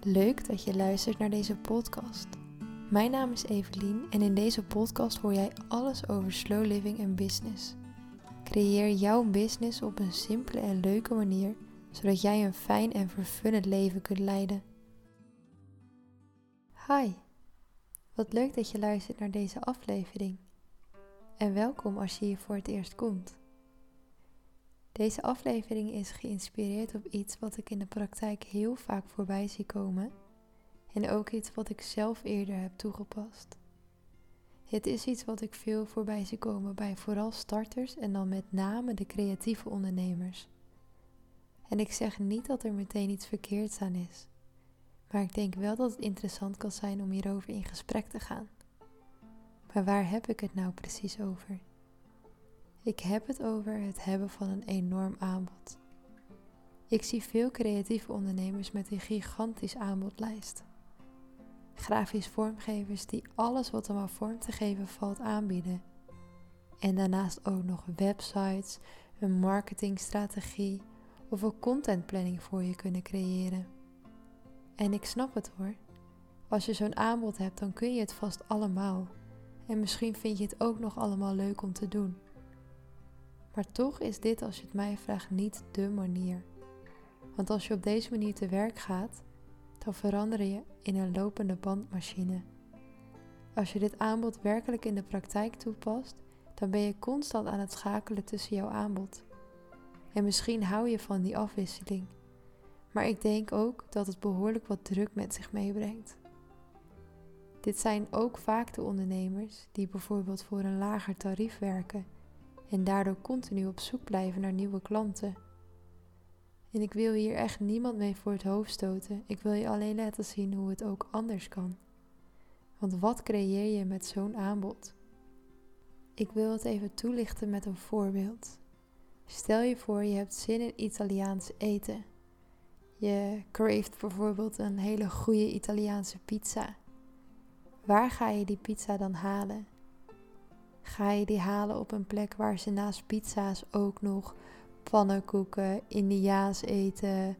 Leuk dat je luistert naar deze podcast. Mijn naam is Evelien en in deze podcast hoor jij alles over slow living en business. Creëer jouw business op een simpele en leuke manier, zodat jij een fijn en vervullend leven kunt leiden. Hi, wat leuk dat je luistert naar deze aflevering. En welkom als je hier voor het eerst komt. Deze aflevering is geïnspireerd op iets wat ik in de praktijk heel vaak voorbij zie komen en ook iets wat ik zelf eerder heb toegepast. Het is iets wat ik veel voorbij zie komen bij vooral starters en dan met name de creatieve ondernemers. En ik zeg niet dat er meteen iets verkeerds aan is, maar ik denk wel dat het interessant kan zijn om hierover in gesprek te gaan. Maar waar heb ik het nou precies over? Ik heb het over het hebben van een enorm aanbod. Ik zie veel creatieve ondernemers met een gigantisch aanbodlijst. Grafisch vormgevers die alles wat er maar vorm te geven valt aanbieden. En daarnaast ook nog websites, een marketingstrategie of een contentplanning voor je kunnen creëren. En ik snap het hoor. Als je zo'n aanbod hebt, dan kun je het vast allemaal. En misschien vind je het ook nog allemaal leuk om te doen. Maar toch is dit, als je het mij vraagt, niet dé manier. Want als je op deze manier te werk gaat, dan verander je in een lopende bandmachine. Als je dit aanbod werkelijk in de praktijk toepast, dan ben je constant aan het schakelen tussen jouw aanbod. En misschien hou je van die afwisseling. Maar ik denk ook dat het behoorlijk wat druk met zich meebrengt. Dit zijn ook vaak de ondernemers die bijvoorbeeld voor een lager tarief werken en daardoor continu op zoek blijven naar nieuwe klanten. En ik wil hier echt niemand mee voor het hoofd stoten. Ik wil je alleen laten zien hoe het ook anders kan. Want wat creëer je met zo'n aanbod? Ik wil het even toelichten met een voorbeeld. Stel je voor je hebt zin in Italiaans eten. Je craeft bijvoorbeeld een hele goede Italiaanse pizza. Waar ga je die pizza dan halen? Ga je die halen op een plek waar ze naast pizza's ook nog pannenkoeken, Indiaas eten,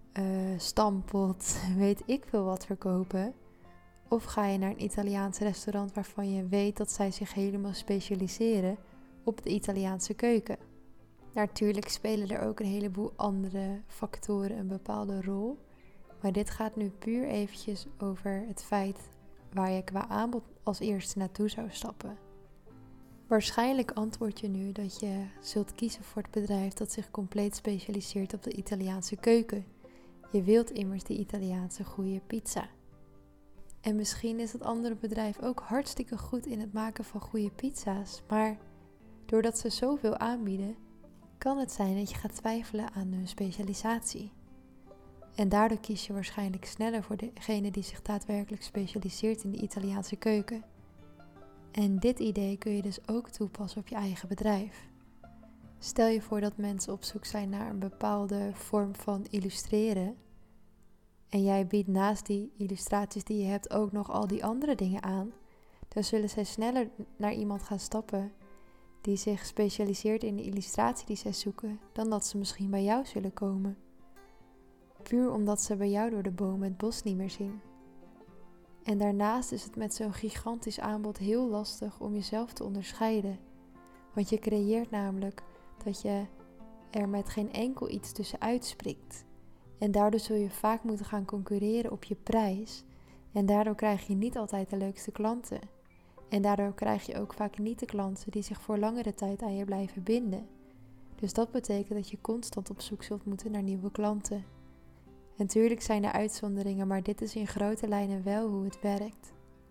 stampot, weet ik veel wat verkopen? Of ga je naar een Italiaans restaurant waarvan je weet dat zij zich helemaal specialiseren op de Italiaanse keuken? Natuurlijk spelen er ook een heleboel andere factoren een bepaalde rol. Maar dit gaat nu puur eventjes over het feit waar je qua aanbod als eerste naartoe zou stappen. Waarschijnlijk antwoord je nu dat je zult kiezen voor het bedrijf dat zich compleet specialiseert op de Italiaanse keuken. Je wilt immers die Italiaanse goede pizza. En misschien is het andere bedrijf ook hartstikke goed in het maken van goede pizza's, maar doordat ze zoveel aanbieden, kan het zijn dat je gaat twijfelen aan hun specialisatie. En daardoor kies je waarschijnlijk sneller voor degene die zich daadwerkelijk specialiseert in de Italiaanse keuken. En dit idee kun je dus ook toepassen op je eigen bedrijf. Stel je voor dat mensen op zoek zijn naar een bepaalde vorm van illustreren. En jij biedt naast die illustraties die je hebt ook nog al die andere dingen aan. Dan zullen zij sneller naar iemand gaan stappen die zich specialiseert in de illustratie die zij zoeken, dan dat ze misschien bij jou zullen komen. Puur omdat ze bij jou door de bomen het bos niet meer zien. En daarnaast is het met zo'n gigantisch aanbod heel lastig om jezelf te onderscheiden. Want je creëert namelijk dat je er met geen enkel iets tussenuit springt. En daardoor zul je vaak moeten gaan concurreren op je prijs. En daardoor krijg je niet altijd de leukste klanten. En daardoor krijg je ook vaak niet de klanten die zich voor langere tijd aan je blijven binden. Dus dat betekent dat je constant op zoek zult moeten naar nieuwe klanten. Natuurlijk zijn er uitzonderingen, maar dit is in grote lijnen wel hoe het werkt.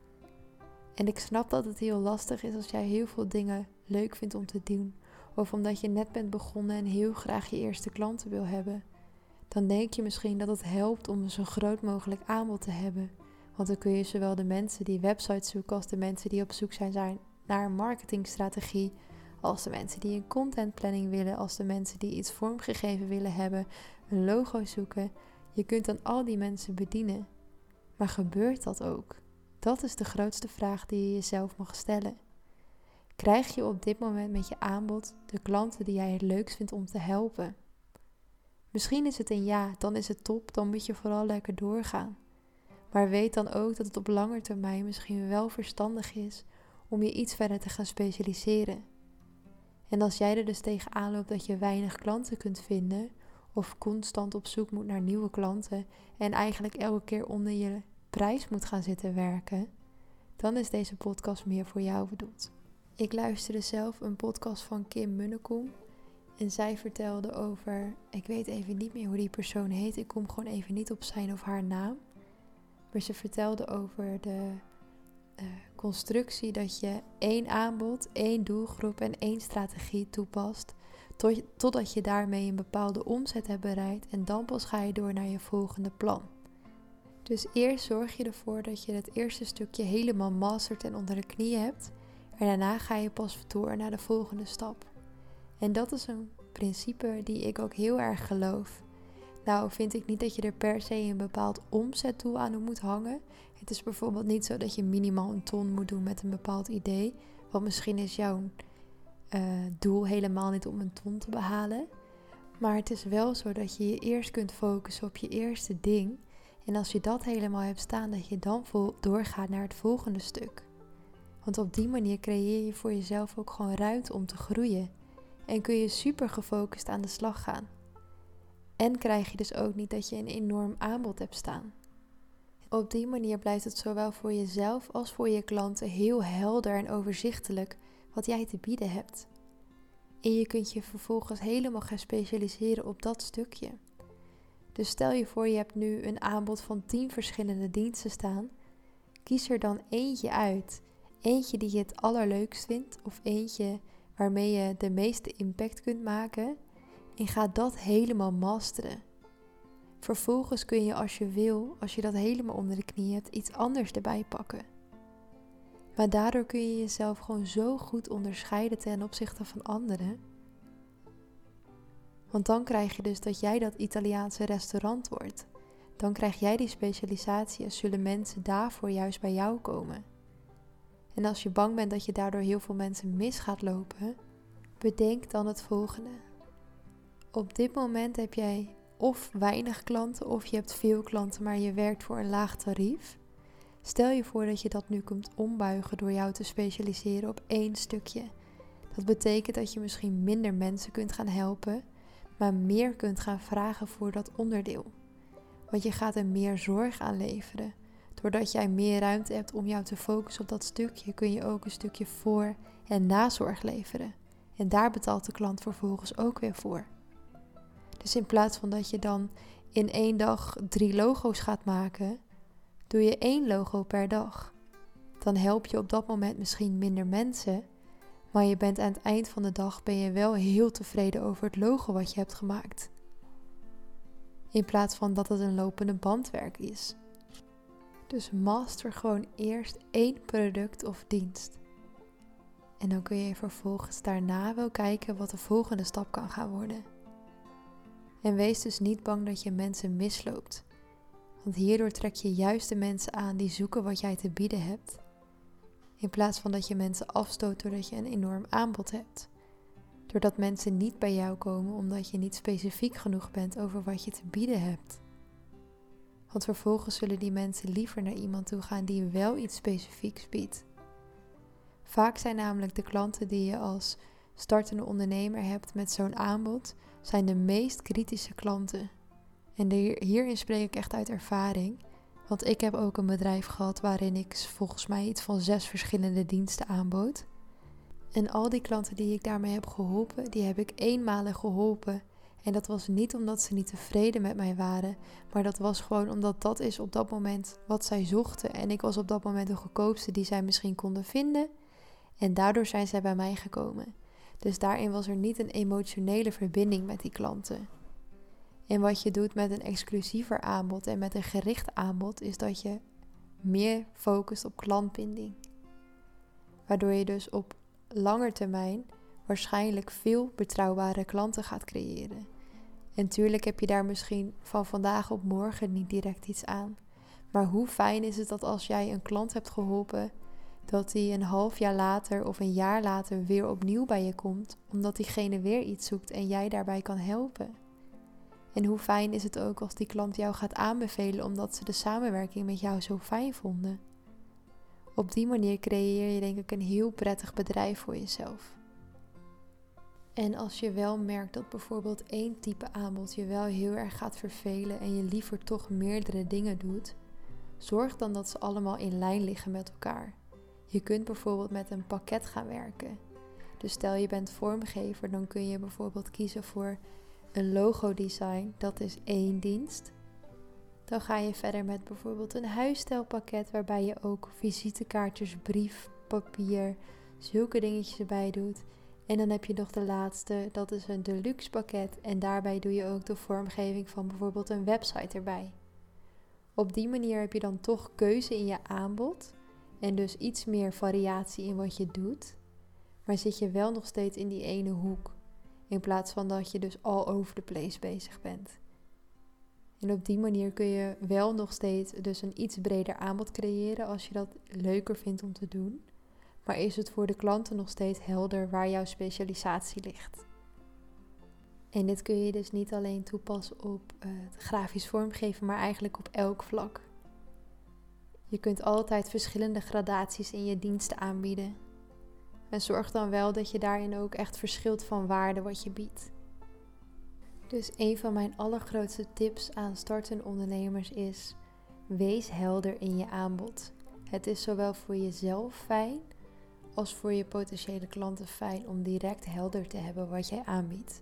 En ik snap dat het heel lastig is als jij heel veel dingen leuk vindt om te doen. Of omdat je net bent begonnen en heel graag je eerste klanten wil hebben. Dan denk je misschien dat het helpt om een zo groot mogelijk aanbod te hebben. Want dan kun je zowel de mensen die websites zoeken als de mensen die op zoek zijn naar een marketingstrategie. Als de mensen die een contentplanning willen, als de mensen die iets vormgegeven willen hebben, een logo zoeken. Je kunt dan al die mensen bedienen. Maar gebeurt dat ook? Dat is de grootste vraag die je jezelf mag stellen. Krijg je op dit moment met je aanbod de klanten die jij het leukst vindt om te helpen? Misschien is het een ja, dan is het top, dan moet je vooral lekker doorgaan. Maar weet dan ook dat het op lange termijn misschien wel verstandig is om je iets verder te gaan specialiseren. En als jij er dus tegenaan loopt dat je weinig klanten kunt vinden of constant op zoek moet naar nieuwe klanten en eigenlijk elke keer onder je prijs moet gaan zitten werken, dan is deze podcast meer voor jou bedoeld. Ik luisterde zelf een podcast van Kim Munnekom en zij vertelde over, ik weet even niet meer hoe die persoon heet, ik kom gewoon even niet op zijn of haar naam, maar ze vertelde over de constructie dat je 1 aanbod, 1 doelgroep en 1 strategie toepast, totdat je daarmee een bepaalde omzet hebt bereikt en dan pas ga je door naar je volgende plan. Dus eerst zorg je ervoor dat je het eerste stukje helemaal mastert en onder de knie hebt en daarna ga je pas door naar de volgende stap. En dat is een principe die ik ook heel erg geloof. Nou vind ik niet dat je er per se een bepaald omzetdoel aan moet hangen. Het is bijvoorbeeld niet zo dat je minimaal 1 ton moet doen met een bepaald idee. Want misschien is jouw doel helemaal niet om 1 ton te behalen. Maar het is wel zo dat je je eerst kunt focussen op je eerste ding. En als je dat helemaal hebt staan, dat je dan doorgaat naar het volgende stuk. Want op die manier creëer je voor jezelf ook gewoon ruimte om te groeien. En kun je super gefocust aan de slag gaan. En krijg je dus ook niet dat je een enorm aanbod hebt staan. Op die manier blijft het zowel voor jezelf als voor je klanten heel helder en overzichtelijk wat jij te bieden hebt. En je kunt je vervolgens helemaal gaan specialiseren op dat stukje. Dus stel je voor je hebt nu een aanbod van 10 verschillende diensten staan. Kies er dan eentje uit. Eentje die je het allerleukst vindt of eentje waarmee je de meeste impact kunt maken. En ga dat helemaal masteren. Vervolgens kun je als je wil, als je dat helemaal onder de knie hebt, iets anders erbij pakken. Maar daardoor kun je jezelf gewoon zo goed onderscheiden ten opzichte van anderen. Want dan krijg je dus dat jij dat Italiaanse restaurant wordt. Dan krijg jij die specialisatie en zullen mensen daarvoor juist bij jou komen. En als je bang bent dat je daardoor heel veel mensen mis gaat lopen, bedenk dan het volgende. Op dit moment heb jij of weinig klanten of je hebt veel klanten, maar je werkt voor een laag tarief. Stel je voor dat je dat nu kunt ombuigen door jou te specialiseren op 1 stukje. Dat betekent dat je misschien minder mensen kunt gaan helpen, maar meer kunt gaan vragen voor dat onderdeel. Want je gaat er meer zorg aan leveren. Doordat jij meer ruimte hebt om jou te focussen op dat stukje, kun je ook een stukje voor- en nazorg leveren. En daar betaalt de klant vervolgens ook weer voor. Dus in plaats van dat je dan in 1 dag 3 logo's gaat maken, doe je 1 logo per dag. Dan help je op dat moment misschien minder mensen, maar je bent aan het eind van de dag ben je wel heel tevreden over het logo wat je hebt gemaakt. In plaats van dat het een lopende bandwerk is. Dus master gewoon eerst 1 product of dienst. En dan kun je vervolgens daarna wel kijken wat de volgende stap kan gaan worden. En wees dus niet bang dat je mensen misloopt. Want hierdoor trek je juist de mensen aan die zoeken wat jij te bieden hebt. In plaats van dat je mensen afstoot doordat je een enorm aanbod hebt. Doordat mensen niet bij jou komen omdat je niet specifiek genoeg bent over wat je te bieden hebt. Want vervolgens zullen die mensen liever naar iemand toe gaan die wel iets specifieks biedt. Vaak zijn namelijk de klanten die je als startende ondernemer hebt met zo'n aanbod, zijn de meest kritische klanten. En hierin spreek ik echt uit ervaring. Want ik heb ook een bedrijf gehad waarin ik volgens mij iets van 6 verschillende diensten aanbood. En al die klanten die ik daarmee heb geholpen, die heb ik eenmalig geholpen. En dat was niet omdat ze niet tevreden met mij waren, maar dat was gewoon omdat dat is op dat moment wat zij zochten. En ik was op dat moment de goedkoopste die zij misschien konden vinden. En daardoor zijn zij bij mij gekomen. Dus daarin was er niet een emotionele verbinding met die klanten. En wat je doet met een exclusiever aanbod en met een gericht aanbod is dat je meer focust op klantbinding. Waardoor je dus op lange termijn waarschijnlijk veel betrouwbare klanten gaat creëren. En tuurlijk heb je daar misschien van vandaag op morgen niet direct iets aan. Maar hoe fijn is het dat als jij een klant hebt geholpen, dat die een half jaar later of een jaar later weer opnieuw bij je komt, omdat diegene weer iets zoekt en jij daarbij kan helpen. En hoe fijn is het ook als die klant jou gaat aanbevelen omdat ze de samenwerking met jou zo fijn vonden. Op die manier creëer je denk ik een heel prettig bedrijf voor jezelf. En als je wel merkt dat bijvoorbeeld één type aanbod je wel heel erg gaat vervelen en je liever toch meerdere dingen doet, zorg dan dat ze allemaal in lijn liggen met elkaar. Je kunt bijvoorbeeld met een pakket gaan werken. Dus stel je bent vormgever, dan kun je bijvoorbeeld kiezen voor een logodesign, dat is één dienst. Dan ga je verder met bijvoorbeeld een huisstijlpakket waarbij je ook visitekaartjes, brief, papier, zulke dingetjes erbij doet. En dan heb je nog de laatste, dat is een deluxe pakket en daarbij doe je ook de vormgeving van bijvoorbeeld een website erbij. Op die manier heb je dan toch keuze in je aanbod en dus iets meer variatie in wat je doet. Maar zit je wel nog steeds in die ene hoek, in plaats van dat je dus all over the place bezig bent. En op die manier kun je wel nog steeds dus een iets breder aanbod creëren als je dat leuker vindt om te doen. Maar is het voor de klanten nog steeds helder waar jouw specialisatie ligt? En dit kun je dus niet alleen toepassen op het grafisch vormgeven, maar eigenlijk op elk vlak. Je kunt altijd verschillende gradaties in je diensten aanbieden. En zorg dan wel dat je daarin ook echt verschilt van waarde wat je biedt. Dus een van mijn allergrootste tips aan startende ondernemers is: wees helder in je aanbod. Het is zowel voor jezelf fijn als voor je potentiële klanten fijn om direct helder te hebben wat jij aanbiedt.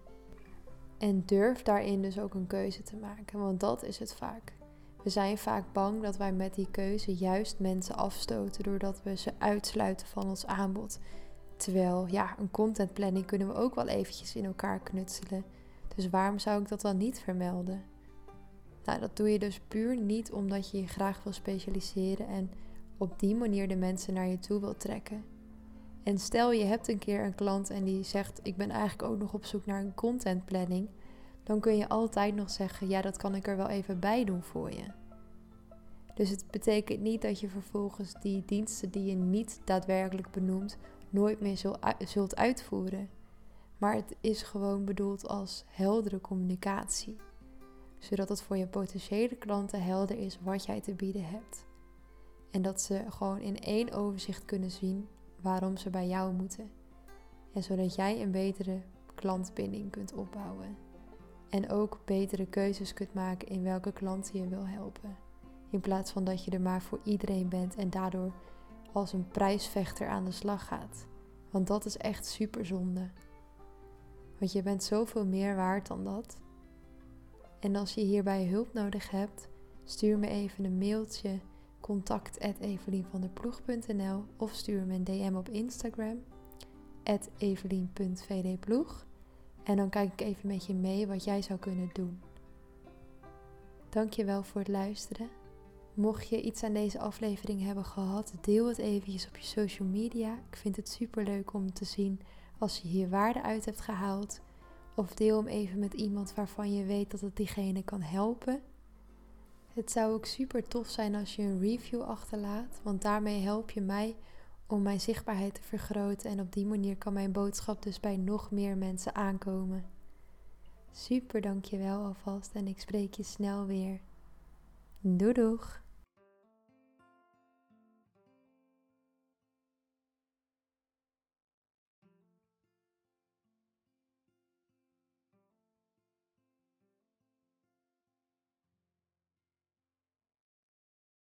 En durf daarin dus ook een keuze te maken, want dat is het vaak. We zijn vaak bang dat wij met die keuze juist mensen afstoten doordat we ze uitsluiten van ons aanbod. Terwijl, een contentplanning kunnen we ook wel eventjes in elkaar knutselen. Dus waarom zou ik dat dan niet vermelden? Nou, dat doe je dus puur niet omdat je je graag wil specialiseren en op die manier de mensen naar je toe wil trekken. En stel je hebt een keer een klant en die zegt: ik ben eigenlijk ook nog op zoek naar een contentplanning. Dan kun je altijd nog zeggen: dat kan ik er wel even bij doen voor je. Dus het betekent niet dat je vervolgens die diensten die je niet daadwerkelijk benoemt nooit meer zult uitvoeren. Maar het is gewoon bedoeld als heldere communicatie. Zodat het voor je potentiële klanten helder is wat jij te bieden hebt. En dat ze gewoon in één overzicht kunnen zien waarom ze bij jou moeten. En zodat jij een betere klantbinding kunt opbouwen. En ook betere keuzes kunt maken in welke klanten je wil helpen. In plaats van dat je er maar voor iedereen bent en daardoor als een prijsvechter aan de slag gaat. Want dat is echt super zonde. Want je bent zoveel meer waard dan dat. En als je hierbij hulp nodig hebt, stuur me even een mailtje contact@evelienvanderploeg.nl of stuur me een DM op Instagram @evelien.vdploeg en dan kijk ik even met je mee wat jij zou kunnen doen. Dankjewel voor het luisteren. Mocht je iets aan deze aflevering hebben gehad, deel het eventjes op je social media. Ik vind het super leuk om te zien als je hier waarde uit hebt gehaald. Of deel hem even met iemand waarvan je weet dat het diegene kan helpen. Het zou ook super tof zijn als je een review achterlaat, want daarmee help je mij om mijn zichtbaarheid te vergroten en op die manier kan mijn boodschap dus bij nog meer mensen aankomen. Super dankjewel alvast en ik spreek je snel weer. Doei doeg!